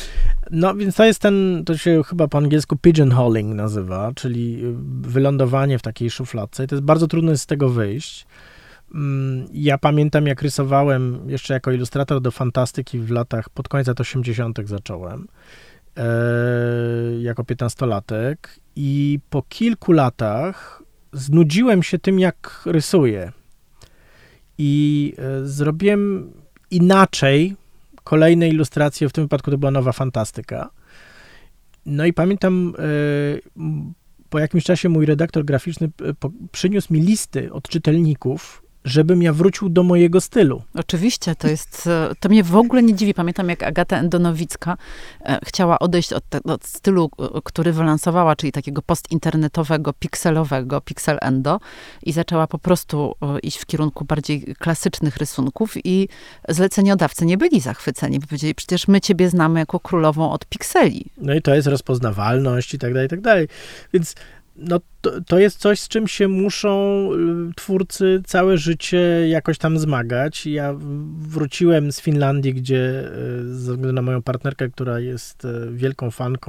No więc to jest ten, to się chyba po angielsku pigeonholing nazywa, czyli wylądowanie w takiej szufladce i to jest bardzo trudno z tego wyjść. Ja pamiętam, jak rysowałem jeszcze jako ilustrator do fantastyki w latach, pod koniec lat osiemdziesiątych zacząłem, e, jako piętnastolatek i po kilku latach znudziłem się tym, jak rysuję i e, zrobiłem inaczej kolejne ilustracje, w tym wypadku to była nowa fantastyka. No i pamiętam, e, po jakimś czasie mój redaktor graficzny po, przyniósł mi listy od czytelników, żebym ja wrócił do mojego stylu. Oczywiście, to jest, to mnie w ogóle nie dziwi. Pamiętam, jak Agata Endonowicka e, chciała odejść od, te, od stylu, który wylansowała, czyli takiego postinternetowego, pikselowego, pixel endo i zaczęła po prostu e, iść w kierunku bardziej klasycznych rysunków i zleceniodawcy nie byli zachwyceni, bo powiedzieli, przecież my ciebie znamy jako królową od pikseli. No i to jest rozpoznawalność i tak dalej, i tak dalej. Więc no to, to jest coś, z czym się muszą twórcy całe życie jakoś tam zmagać. Ja wróciłem z Finlandii, gdzie ze względu na moją partnerkę, która jest wielką fanką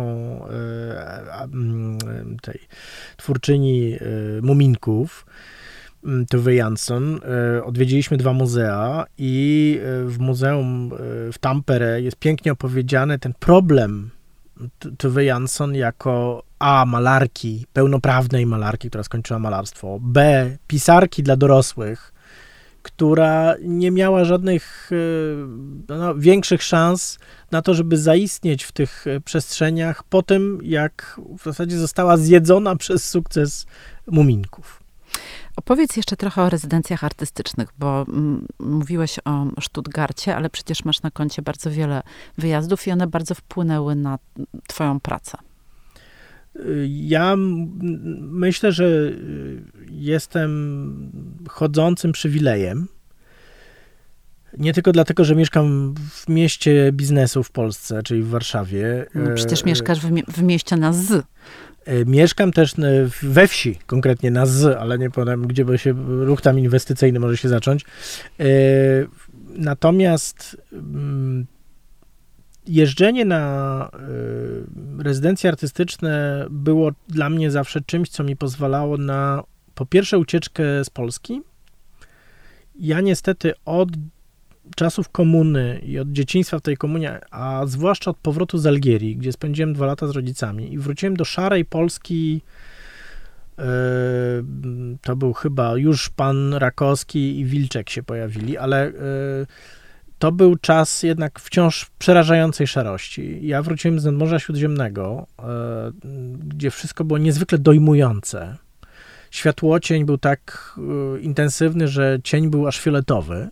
tej twórczyni Muminków, Tove Jansson, odwiedziliśmy dwa muzea i w muzeum w Tampere jest pięknie opowiedziany ten problem Tove Jansson jako A, malarki, pełnoprawnej malarki, która skończyła malarstwo, B, pisarki dla dorosłych, która nie miała żadnych no, większych szans na to, żeby zaistnieć w tych przestrzeniach po tym, jak w zasadzie została zjedzona przez sukces Muminków. Opowiedz jeszcze trochę o rezydencjach artystycznych, bo m, mówiłeś o Stuttgarcie, ale przecież masz na koncie bardzo wiele wyjazdów i one bardzo wpłynęły na twoją pracę. Ja myślę, że jestem chodzącym przywilejem. Nie tylko dlatego, że mieszkam w mieście biznesu w Polsce, czyli w Warszawie. No, przecież mieszkasz w, w mieście na Z. Mieszkam też we wsi, konkretnie na Z, ale nie powiem, gdzie by się ruch tam inwestycyjny może się zacząć. Natomiast jeżdżenie na rezydencje artystyczne było dla mnie zawsze czymś, co mi pozwalało na, po pierwsze, ucieczkę z Polski. Ja niestety od czasów komuny i od dzieciństwa w tej komunie, a zwłaszcza od powrotu z Algierii, gdzie spędziłem dwa lata z rodzicami i wróciłem do szarej Polski, yy, to był chyba już pan Rakowski i Wilczek się pojawili, ale yy, to był czas jednak wciąż przerażającej szarości. Ja wróciłem z nadmorza Śródziemnego, yy, gdzie wszystko było niezwykle dojmujące. Światłocień był tak yy, intensywny, że cień był aż fioletowy.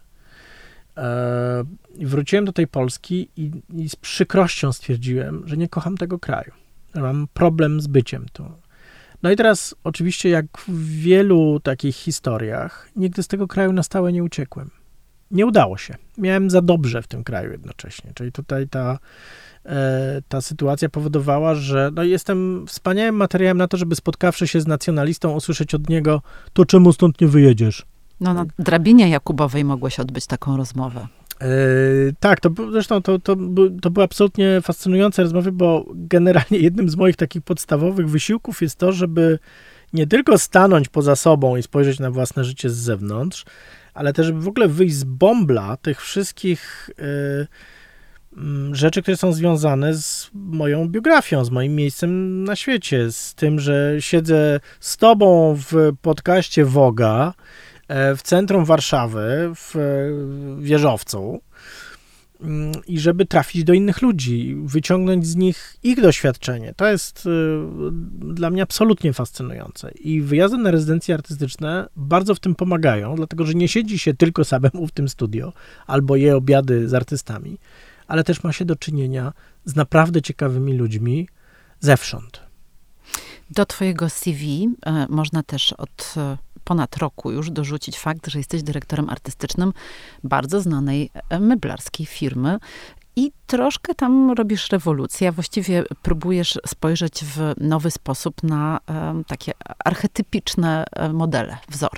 I wróciłem do tej Polski i, i z przykrością stwierdziłem, że nie kocham tego kraju, że mam problem z byciem tu. No i teraz oczywiście, jak w wielu takich historiach, nigdy z tego kraju na stałe nie uciekłem. Nie udało się. Miałem za dobrze w tym kraju jednocześnie. Czyli tutaj ta, e, ta sytuacja powodowała, że no, jestem wspaniałym materiałem na to, żeby spotkawszy się z nacjonalistą, usłyszeć od niego, to czemu stąd nie wyjedziesz? No na drabinie Jakubowej mogłeś odbyć taką rozmowę. Yy, tak, to zresztą to, to, to były absolutnie fascynujące rozmowy, bo generalnie jednym z moich takich podstawowych wysiłków jest to, żeby nie tylko stanąć poza sobą i spojrzeć na własne życie z zewnątrz, ale też żeby w ogóle wyjść z bąbla tych wszystkich yy, rzeczy, które są związane z moją biografią, z moim miejscem na świecie, z tym, że siedzę z tobą w podcaście Woga, w centrum Warszawy, w Wieżowcu i żeby trafić do innych ludzi, wyciągnąć z nich ich doświadczenie. To jest dla mnie absolutnie fascynujące. I wyjazdy na rezydencje artystyczne bardzo w tym pomagają, dlatego że nie siedzi się tylko samemu w tym studio albo je obiady z artystami, ale też ma się do czynienia z naprawdę ciekawymi ludźmi zewsząd. Do twojego C V e, można też od e, ponad roku już dorzucić fakt, że jesteś dyrektorem artystycznym bardzo znanej meblarskiej firmy i troszkę tam robisz rewolucję, a właściwie próbujesz spojrzeć w nowy sposób na e, takie archetypiczne modele, wzory.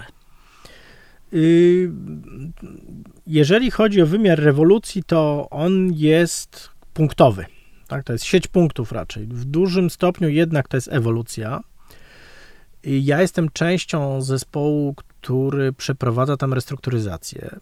Jeżeli chodzi o wymiar rewolucji, to on jest punktowy. Tak? To jest sieć punktów raczej. W dużym stopniu jednak to jest ewolucja. I ja jestem częścią zespołu, który przeprowadza tam restrukturyzację.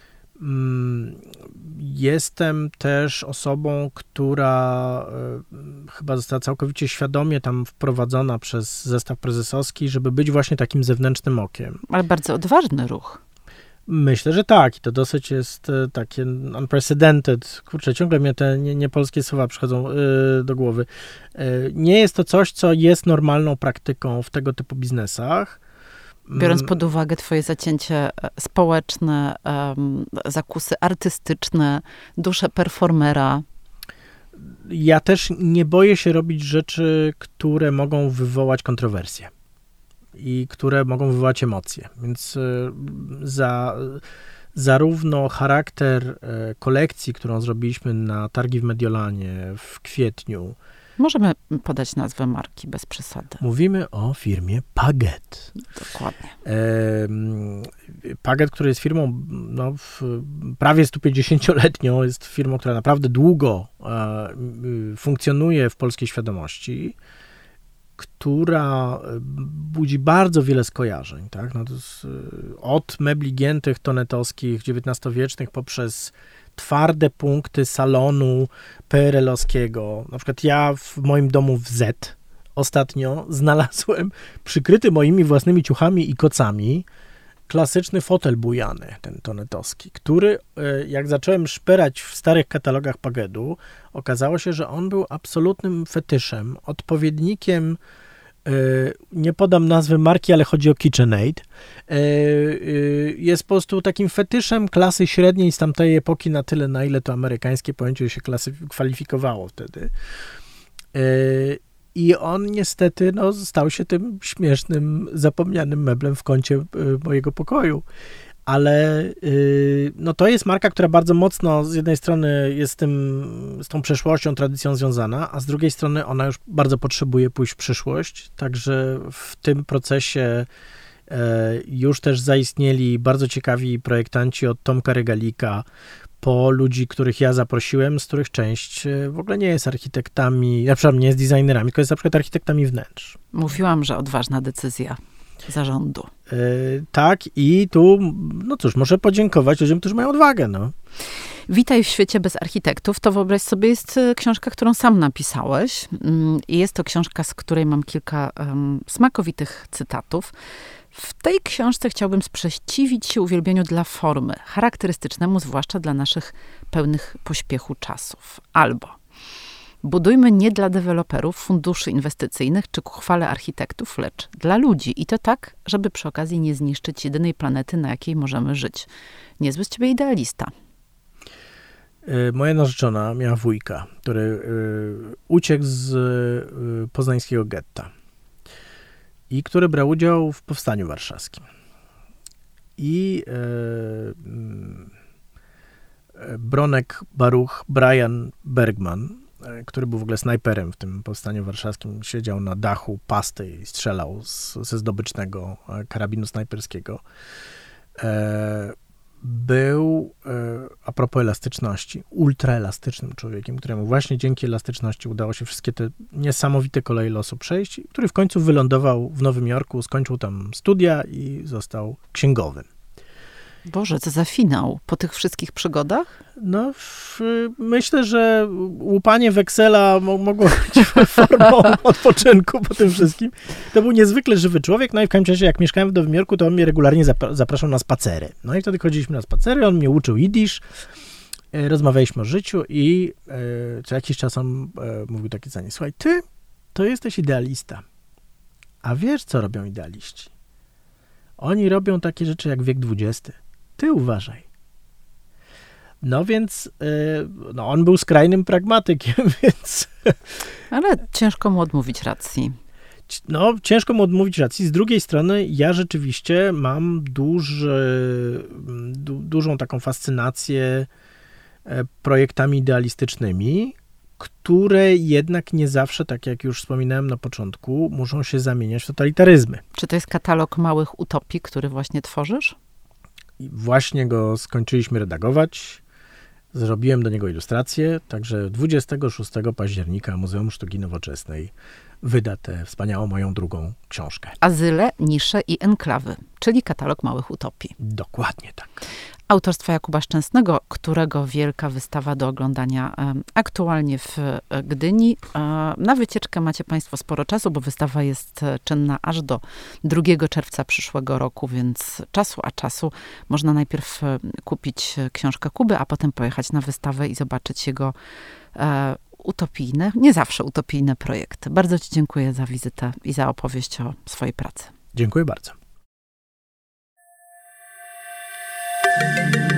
Jestem też osobą, która chyba została całkowicie świadomie tam wprowadzona przez zestaw prezesowski, żeby być właśnie takim zewnętrznym okiem. Ale bardzo odważny ruch. Myślę, że tak. I to dosyć jest takie unprecedented. Kurczę, ciągle mnie te nie, nie polskie słowa przychodzą yy, do głowy. Yy, nie jest to coś, co jest normalną praktyką w tego typu biznesach. Biorąc pod uwagę twoje zacięcie społeczne, um, zakusy artystyczne, duszę performera. Ja też nie boję się robić rzeczy, które mogą wywołać kontrowersje i które mogą wywołać emocje. Więc y, za, zarówno charakter y, kolekcji, którą zrobiliśmy na targi w Mediolanie w kwietniu. Możemy podać nazwę marki bez przesady. Mówimy o firmie Paget. Dokładnie. E, Paget, który jest firmą no, w, prawie sto pięćdziesięcioletnią, jest firmą, która naprawdę długo e, funkcjonuje w polskiej świadomości, która budzi bardzo wiele skojarzeń. Tak? No to jest, od mebli giętych tonetowskich, dziewiętnastowiecznych, poprzez twarde punkty salonu P R L-owskiego. Na przykład ja w moim domu w Z ostatnio znalazłem przykryty moimi własnymi ciuchami i kocami klasyczny fotel bujany, ten tonetowski, który jak zacząłem szperać w starych katalogach Pagetu, okazało się, że on był absolutnym fetyszem, odpowiednikiem, nie podam nazwy marki, ale chodzi o KitchenAid, jest po prostu takim fetyszem klasy średniej z tamtej epoki na tyle, na ile to amerykańskie pojęcie się klasyf- kwalifikowało wtedy. I on niestety no, stał się tym śmiesznym, zapomnianym meblem w kącie mojego pokoju. Ale no, to jest marka, która bardzo mocno z jednej strony jest tym, z tą przeszłością, tradycją związana, a z drugiej strony ona już bardzo potrzebuje pójść w przyszłość. Także w tym procesie już też zaistnieli bardzo ciekawi projektanci od Tomka Regalika, po ludzi, których ja zaprosiłem, z których część w ogóle nie jest architektami, na przykład nie jest designerami, tylko jest na przykład architektami wnętrz. Mówiłam, że odważna decyzja zarządu. Yy, tak i tu, no cóż, muszę podziękować ludziom, którzy mają odwagę, no. Witaj w świecie bez architektów. To wyobraź sobie, jest książka, którą sam napisałeś. I jest to książka, z której mam kilka um, smakowitych cytatów. W tej książce chciałbym sprzeciwić się uwielbieniu dla formy, charakterystycznemu zwłaszcza dla naszych pełnych pośpiechu czasów. Albo budujmy nie dla deweloperów, funduszy inwestycyjnych czy ku chwale architektów, lecz dla ludzi. I to tak, żeby przy okazji nie zniszczyć jedynej planety, na jakiej możemy żyć. Niezły z ciebie idealista. Moja narzeczona miała wujka, który uciekł z poznańskiego getta i który brał udział w Powstaniu Warszawskim. I e, Bronek Baruch Brian Bergman, e, który był w ogóle snajperem w tym Powstaniu Warszawskim, siedział na dachu pasty i strzelał z, ze zdobycznego karabinu snajperskiego. E, był, e, a propos elastyczności, ultraelastycznym człowiekiem, któremu właśnie dzięki elastyczności udało się wszystkie te niesamowite koleje losu przejść, który w końcu wylądował w Nowym Jorku, skończył tam studia i został księgowym. Boże, co za finał po tych wszystkich przygodach? No, w, myślę, że łupanie weksela mo- mogło być formą odpoczynku po tym wszystkim. To był niezwykle żywy człowiek, no i w każdym razie, jak mieszkałem w Nowym Jorku, to on mnie regularnie zapra- zapraszał na spacery. No i wtedy chodziliśmy na spacery, on mnie uczył jidysz, e, rozmawialiśmy o życiu i e, co jakiś czas on e, mówił takie zdanie: słuchaj, ty to jesteś idealista, a wiesz, co robią idealiści? Oni robią takie rzeczy jak wiek dwudziesty. Ty uważaj. No więc, yy, no on był skrajnym pragmatykiem, więc... Ale ciężko mu odmówić racji. No, ciężko mu odmówić racji. Z drugiej strony, ja rzeczywiście mam duży, du, dużą taką fascynację projektami idealistycznymi, które jednak nie zawsze, tak jak już wspominałem na początku, muszą się zamieniać w totalitaryzmy. Czy to jest katalog małych utopii, który właśnie tworzysz? I właśnie go skończyliśmy redagować. Zrobiłem do niego ilustrację, także dwudziestego szóstego października Muzeum Sztuki Nowoczesnej wyda tę wspaniałą moją drugą książkę. Azyle, nisze i enklawy, czyli katalog małych utopii. Dokładnie tak. Autorstwa Jakuba Szczęsnego, którego wielka wystawa do oglądania e, aktualnie w Gdyni. E, na wycieczkę macie Państwo sporo czasu, bo wystawa jest czynna aż do drugiego czerwca przyszłego roku, więc czasu a czasu można najpierw kupić książkę Kuby, a potem pojechać na wystawę i zobaczyć jego e, utopijne, nie zawsze utopijne projekty. Bardzo Ci dziękuję za wizytę i za opowieść o swojej pracy. Dziękuję bardzo.